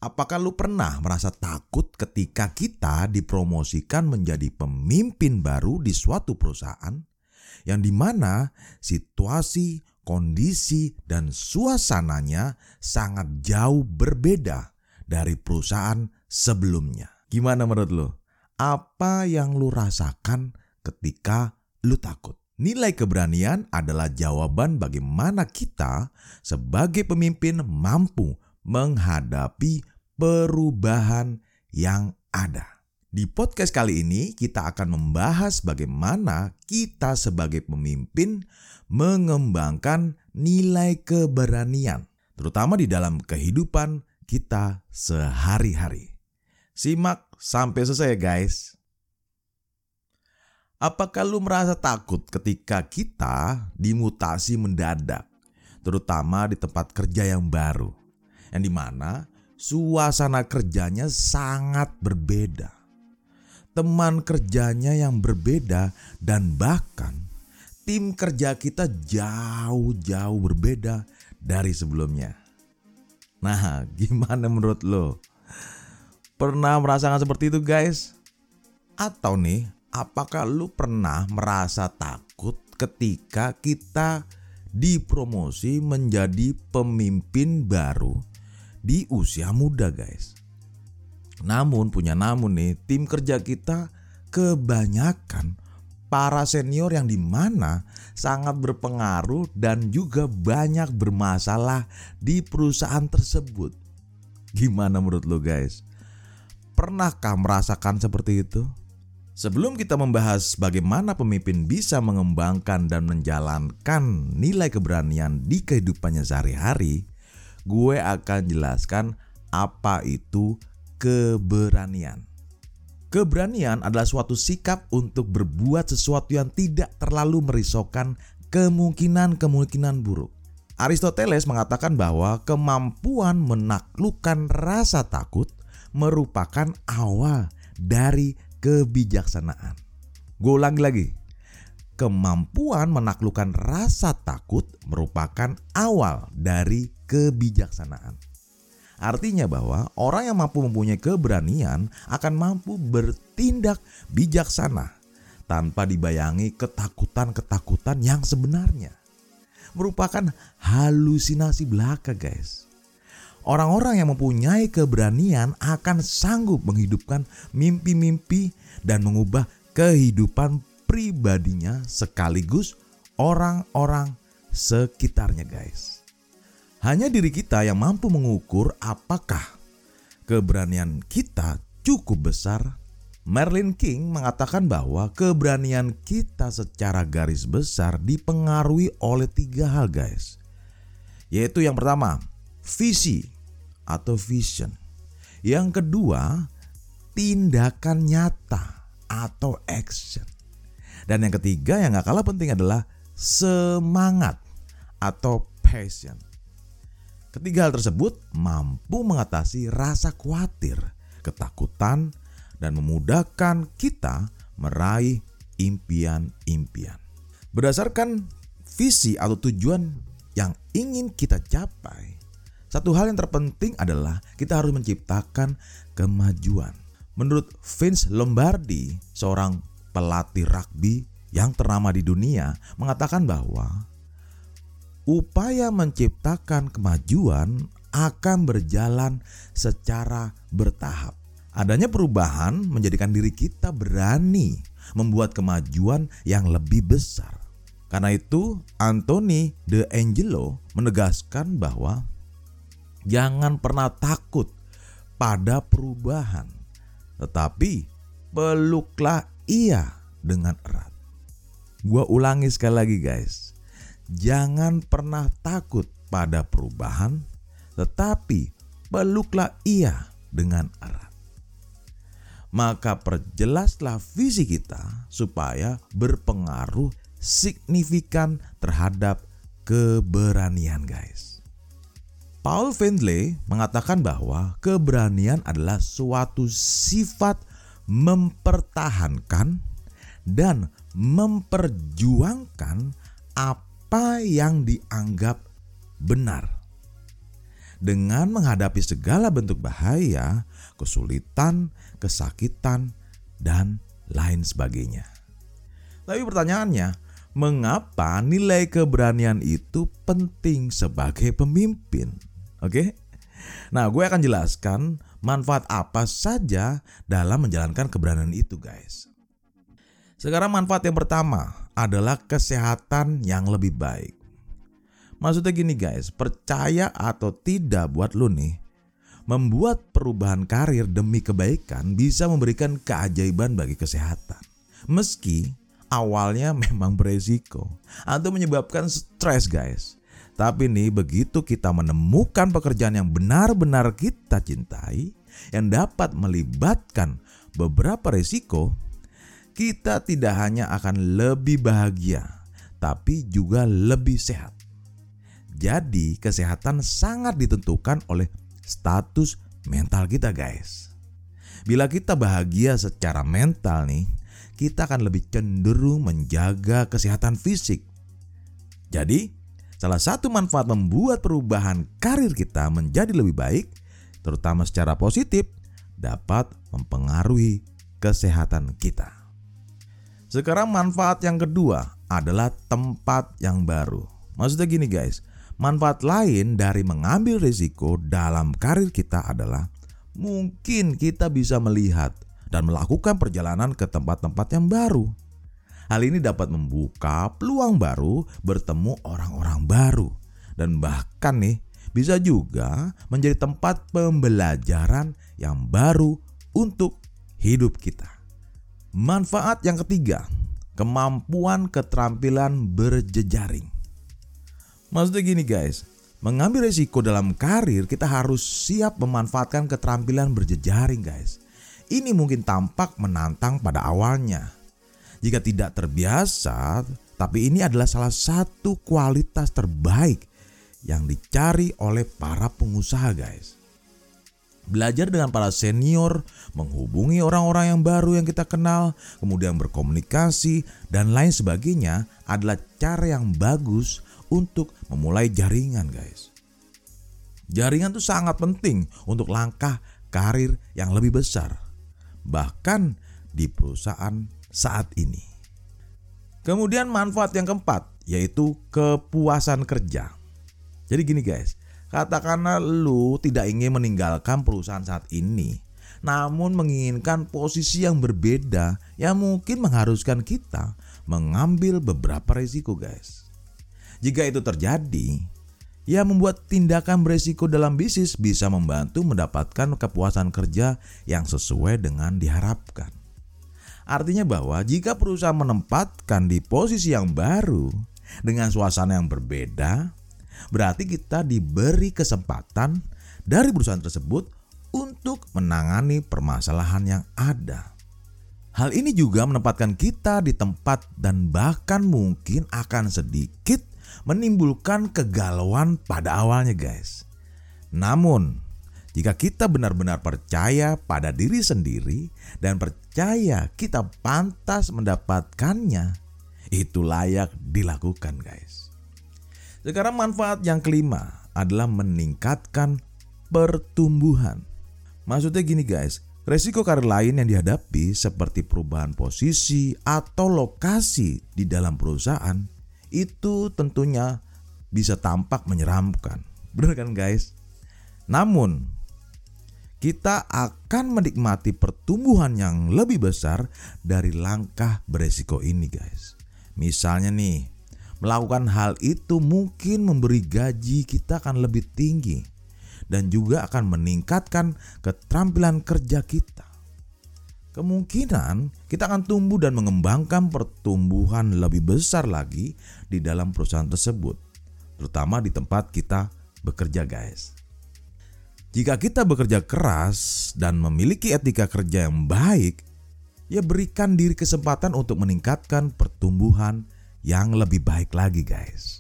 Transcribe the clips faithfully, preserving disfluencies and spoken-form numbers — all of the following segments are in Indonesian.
Apakah lu pernah merasa takut ketika kita dipromosikan menjadi pemimpin baru di suatu perusahaan yang dimana situasi, kondisi, dan suasananya sangat jauh berbeda dari perusahaan sebelumnya? Gimana menurut lu? Apa yang lu rasakan ketika lu takut? Nilai keberanian adalah jawaban bagaimana kita sebagai pemimpin mampu menghadapi perubahan yang ada. Di podcast kali ini kita akan membahas bagaimana kita sebagai pemimpin mengembangkan nilai keberanian, terutama di dalam kehidupan kita sehari-hari. Simak sampai selesai guys. Apakah lu merasa takut ketika kita dimutasi mendadak, terutama di tempat kerja yang baru? Yang dimana suasana kerjanya sangat berbeda, teman kerjanya yang berbeda, dan bahkan tim kerja kita jauh-jauh berbeda dari sebelumnya. Nah, gimana menurut lo? Pernah merasakan seperti itu guys? Atau nih, apakah lu pernah merasa takut ketika kita dipromosi menjadi pemimpin baru di usia muda guys? Namun punya namun nih, tim kerja kita kebanyakan para senior yang dimana sangat berpengaruh dan juga banyak bermasalah di perusahaan tersebut. Gimana menurut lo guys? Pernahkah merasakan seperti itu? Sebelum kita membahas bagaimana pemimpin bisa mengembangkan dan menjalankan nilai keberanian di kehidupannya sehari-hari, gue akan jelaskan apa itu keberanian. Keberanian adalah suatu sikap untuk berbuat sesuatu yang tidak terlalu merisaukan kemungkinan-kemungkinan buruk. Aristoteles mengatakan bahwa kemampuan menaklukkan rasa takut merupakan awal dari kebijaksanaan. Gue ulangi lagi. Kemampuan menaklukkan rasa takut merupakan awal dari kebijaksanaan. Artinya bahwa orang yang mampu mempunyai keberanian akan mampu bertindak bijaksana tanpa dibayangi ketakutan-ketakutan yang sebenarnya merupakan halusinasi belaka guys. Orang-orang yang mempunyai keberanian akan sanggup menghidupkan mimpi-mimpi dan mengubah kehidupan pribadinya sekaligus orang-orang sekitarnya guys. Hanya diri kita yang mampu mengukur apakah keberanian kita cukup besar. Merlin King mengatakan bahwa keberanian kita secara garis besar dipengaruhi oleh tiga hal guys. Yaitu yang pertama, visi atau vision. Yang kedua, tindakan nyata atau action. Dan yang ketiga yang gak kalah penting adalah semangat atau passion. Ketiga hal tersebut mampu mengatasi rasa khawatir, ketakutan, dan memudahkan kita meraih impian-impian. Berdasarkan visi atau tujuan yang ingin kita capai, satu hal yang terpenting adalah kita harus menciptakan kemajuan. Menurut Vince Lombardi, seorang pelatih rugby yang ternama di dunia, mengatakan bahwa upaya menciptakan kemajuan akan berjalan secara bertahap. Adanya perubahan menjadikan diri kita berani membuat kemajuan yang lebih besar. Karena itu, Anthony DeAngelo menegaskan bahwa jangan pernah takut pada perubahan, tetapi peluklah ia dengan erat. Gua ulangi sekali lagi guys. Jangan pernah takut pada perubahan, tetapi peluklah ia dengan erat. Maka perjelaslah visi kita supaya berpengaruh signifikan terhadap keberanian guys. Paul Findlay mengatakan bahwa keberanian adalah suatu sifat mempertahankan dan memperjuangkan apa yang dianggap benar. dengan menghadapi segala bentuk bahaya, kesulitan, kesakitan, dan lain sebagainya. Tapi pertanyaannya, mengapa nilai keberanian itu penting sebagai pemimpin? Oke? Nah, gue akan jelaskan manfaat apa saja dalam menjalankan keberanian itu, guys. Sekarang manfaat yang pertama adalah kesehatan yang lebih baik. Maksudnya gini guys, percaya atau tidak buat lu nih, membuat perubahan karir demi kebaikan bisa memberikan keajaiban bagi kesehatan. Meski awalnya memang beresiko atau menyebabkan stres guys. Tapi nih begitu kita menemukan pekerjaan yang benar-benar kita cintai, yang dapat melibatkan beberapa resiko, kita tidak hanya akan lebih bahagia, tapi juga lebih sehat. Jadi kesehatan sangat ditentukan oleh status mental kita guys. Bila kita bahagia secara mental nih, kita akan lebih cenderung menjaga kesehatan fisik. Jadi salah satu manfaat membuat perubahan karir kita menjadi lebih baik, terutama secara positif, dapat mempengaruhi kesehatan kita. Sekarang manfaat yang kedua adalah tempat yang baru. Maksudnya gini guys, manfaat lain dari mengambil risiko dalam karir kita adalah mungkin kita bisa melihat dan melakukan perjalanan ke tempat-tempat yang baru. Hal ini dapat membuka peluang baru, bertemu orang-orang baru, dan bahkan nih bisa juga menjadi tempat pembelajaran yang baru untuk hidup kita. Manfaat yang ketiga, kemampuan keterampilan berjejaring. Maksudnya gini guys, mengambil risiko dalam karir kita harus siap memanfaatkan keterampilan berjejaring guys. Ini mungkin tampak menantang pada awalnya jika tidak terbiasa, tapi ini adalah salah satu kualitas terbaik yang dicari oleh para pengusaha guys. Belajar dengan para senior, menghubungi orang-orang yang baru yang kita kenal, kemudian berkomunikasi dan lain sebagainya adalah cara yang bagus untuk memulai jaringan guys. Jaringan itu sangat penting untuk langkah karir yang lebih besar, bahkan di perusahaan saat ini. Kemudian manfaat yang keempat yaitu kepuasan kerja. Jadi gini guys, katakanlah lu tidak ingin meninggalkan perusahaan saat ini, namun menginginkan posisi yang berbeda yang mungkin mengharuskan kita mengambil beberapa risiko guys. Jika itu terjadi, ya membuat tindakan beresiko dalam bisnis bisa membantu mendapatkan kepuasan kerja yang sesuai dengan diharapkan. Artinya bahwa jika perusahaan menempatkan di posisi yang baru dengan suasana yang berbeda, berarti kita diberi kesempatan dari perusahaan tersebut untuk menangani permasalahan yang ada. Hal ini juga menempatkan kita di tempat dan bahkan mungkin akan sedikit menimbulkan kegalauan pada awalnya guys. Namun jika kita benar-benar percaya pada diri sendiri dan percaya kita pantas mendapatkannya, itu layak dilakukan guys. Sekarang manfaat yang kelima adalah meningkatkan pertumbuhan. Maksudnya gini guys, resiko karir lain yang dihadapi seperti perubahan posisi atau lokasi di dalam perusahaan itu tentunya bisa tampak menyeramkan. Benar kan guys? Namun kita akan menikmati pertumbuhan yang lebih besar dari langkah beresiko ini guys. Misalnya nih, melakukan hal itu mungkin memberi gaji kita akan lebih tinggi dan juga akan meningkatkan keterampilan kerja kita. Kemungkinan kita akan tumbuh dan mengembangkan pertumbuhan lebih besar lagi di dalam perusahaan tersebut, terutama di tempat kita bekerja guys. Jika kita bekerja keras dan memiliki etika kerja yang baik, ya berikan diri kesempatan untuk meningkatkan pertumbuhan yang lebih baik lagi guys.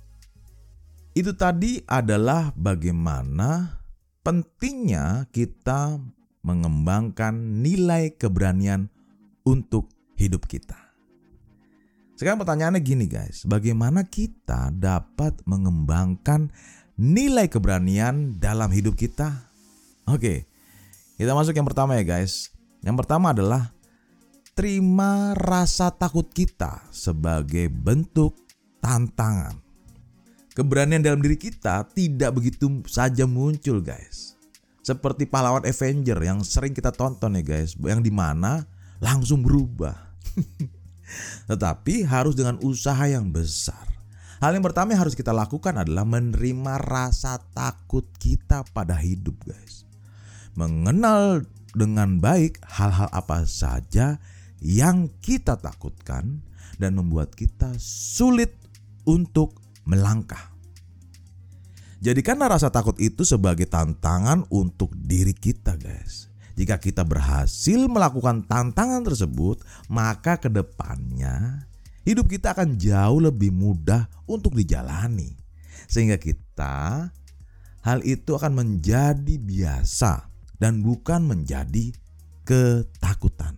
Itu tadi adalah bagaimana pentingnya kita mengembangkan nilai keberanian untuk hidup kita. Sekarang pertanyaannya gini guys, bagaimana kita dapat mengembangkan nilai keberanian dalam hidup kita? Oke, kita masuk yang pertama ya guys. Yang pertama adalah terima rasa takut kita sebagai bentuk tantangan. Keberanian dalam diri kita tidak begitu saja muncul guys. Seperti pahlawan Avenger yang sering kita tonton ya guys, yang dimana langsung berubah. Tetapi harus dengan usaha yang besar. Hal yang pertama yang harus kita lakukan adalah menerima rasa takut kita pada hidup guys. Mengenal dengan baik hal-hal apa saja yang kita takutkan dan membuat kita sulit untuk melangkah. Jadikanlah rasa takut itu sebagai tantangan untuk diri kita guys. Jika kita berhasil melakukan tantangan tersebut, maka ke depannya hidup kita akan jauh lebih mudah untuk dijalani. Sehingga kita, hal itu akan menjadi biasa dan bukan menjadi ketakutan.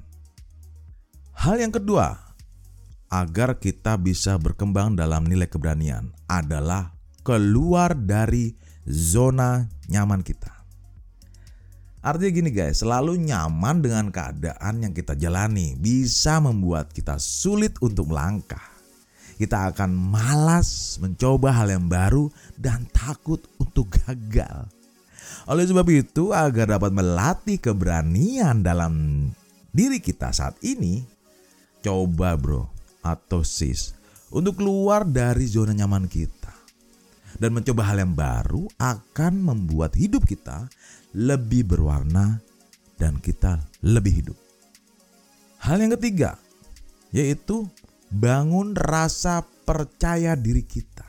Hal yang kedua, agar kita bisa berkembang dalam nilai keberanian adalah keluar dari zona nyaman kita. Artinya gini guys, selalu nyaman dengan keadaan yang kita jalani bisa membuat kita sulit untuk melangkah. Kita akan malas mencoba hal yang baru dan takut untuk gagal. Oleh sebab itu, agar dapat melatih keberanian dalam diri kita saat ini, coba bro atau sis untuk keluar dari zona nyaman kita dan mencoba hal yang baru akan membuat hidup kita lebih berwarna dan kita lebih hidup. Hal yang ketiga yaitu bangun rasa percaya diri kita.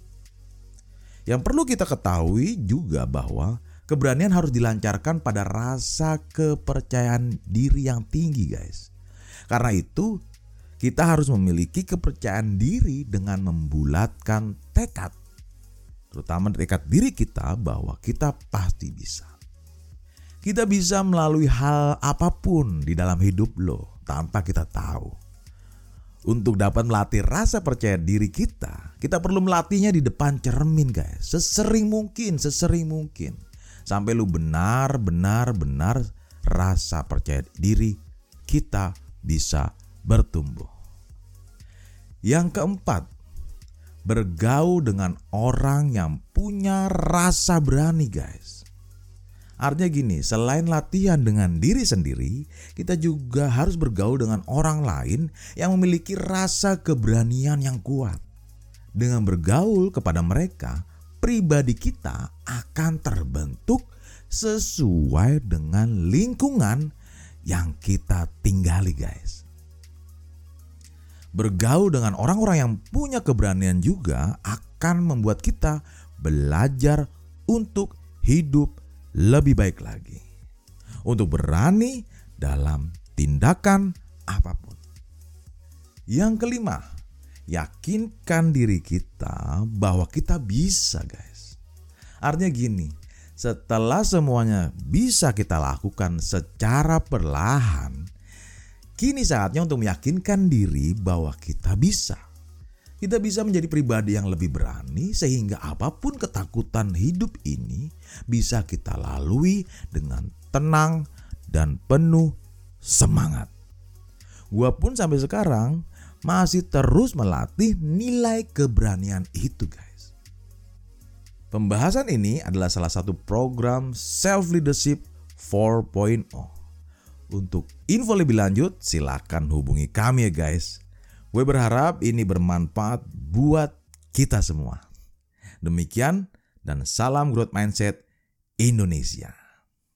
Yang perlu kita ketahui juga bahwa keberanian harus dilancarkan pada rasa kepercayaan diri yang tinggi guys. Karena itu kita harus memiliki kepercayaan diri dengan membulatkan tekad. Terutama tekad diri kita bahwa kita pasti bisa. Kita bisa melalui hal apapun di dalam hidup lo tanpa kita tahu. Untuk dapat melatih rasa percaya diri kita, kita perlu melatihnya di depan cermin guys. Sesering mungkin, sesering mungkin. Sampai lu benar-benar benar rasa percaya diri kita bisa bertumbuh. Yang keempat, bergaul dengan orang yang punya rasa berani guys. Artinya gini, selain latihan dengan diri sendiri, kita juga harus bergaul dengan orang lain yang memiliki rasa keberanian yang kuat. Dengan bergaul kepada mereka, pribadi kita akan terbentuk sesuai dengan lingkungan yang kita tinggali guys. Bergaul dengan orang-orang yang punya keberanian juga akan membuat kita belajar untuk hidup lebih baik lagi. Untuk berani dalam tindakan apapun. Yang kelima, yakinkan diri kita bahwa kita bisa guys. Artinya gini, setelah semuanya bisa kita lakukan secara perlahan, kini saatnya untuk meyakinkan diri bahwa kita bisa. Kita bisa menjadi pribadi yang lebih berani sehingga apapun ketakutan hidup ini bisa kita lalui dengan tenang dan penuh semangat. Gua pun sampai sekarang masih terus melatih nilai keberanian itu guys. Pembahasan ini adalah salah satu program Self Leadership empat titik nol. Untuk info lebih lanjut silakan hubungi kami ya guys. Gue berharap ini bermanfaat buat kita semua. Demikian dan salam growth mindset Indonesia.